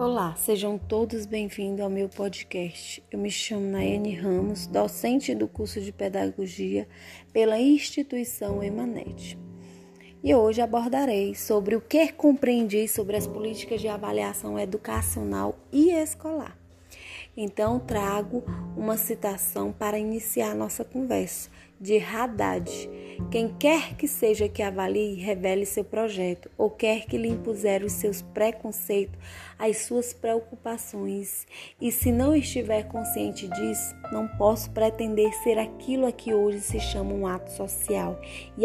Olá, sejam todos bem-vindos ao meu podcast. Eu me chamo Nayane Ramos, docente do curso de Pedagogia pela instituição Emanet. E hoje abordarei sobre o que compreendi sobre as políticas de avaliação educacional e escolar. Então, trago uma citação para iniciar nossa conversa, de Haddad. Quem quer que seja que avalie, revele seu projeto, ou quer que lhe impuser os seus preconceitos, as suas preocupações, e se não estiver consciente disso, não posso pretender ser aquilo a que hoje se chama um ato social,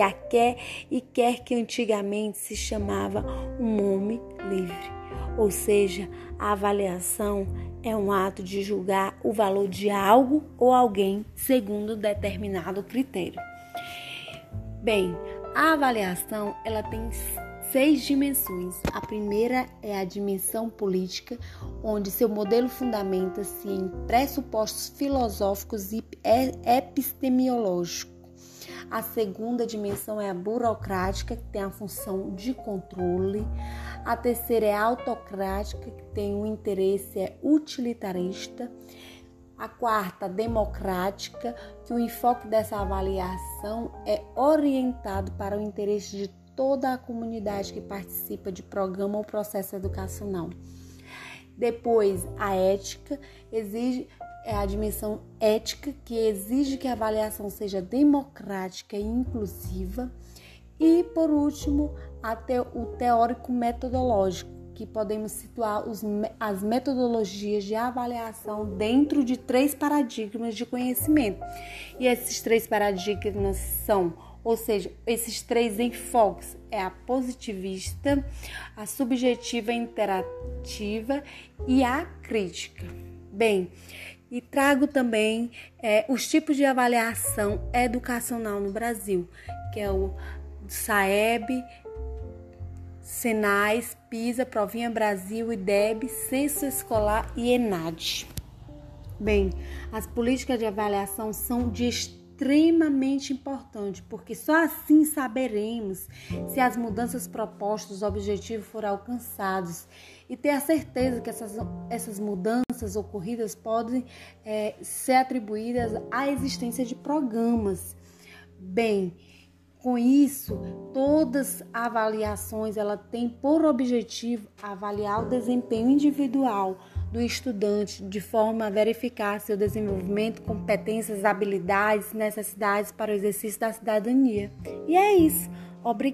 e quer que antigamente se chamava um homem livre. Ou seja, a avaliação é um ato de julgar o valor de algo ou alguém segundo determinado critério. Bem, a avaliação ela tem 6 dimensões. A primeira é a dimensão política, onde seu modelo fundamenta-se em pressupostos filosóficos e epistemológicos. A segunda dimensão é a burocrática, que tem a função de controle. A terceira é a autocrática, que tem um interesse utilitarista. A quarta, democrática, que o enfoque dessa avaliação é orientado para o interesse de toda a comunidade que participa de programa ou processo educacional. Depois, a ética é a dimensão ética, que exige que a avaliação seja democrática e inclusiva. E, por último, o teórico metodológico, que podemos situar as metodologias de avaliação dentro de 3 paradigmas de conhecimento. E esses 3 paradigmas são, ou seja, esses 3 enfoques, é a positivista, a subjetiva interativa e a crítica. Bem, e trago também os tipos de avaliação educacional no Brasil, que é o SAEB, Senais, PISA, Provinha Brasil, IDEB, Censo Escolar e ENAD. Bem, as políticas de avaliação são de extremamente importante, porque só assim saberemos se as mudanças propostas, os objetivos foram alcançados e ter a certeza que essas mudanças ocorridas podem ser atribuídas à existência de programas. Bem, com isso, todas as avaliações ela tem por objetivo avaliar o desempenho individual do estudante de forma a verificar seu desenvolvimento, competências, habilidades, necessidades para o exercício da cidadania. E é isso. Obrigada.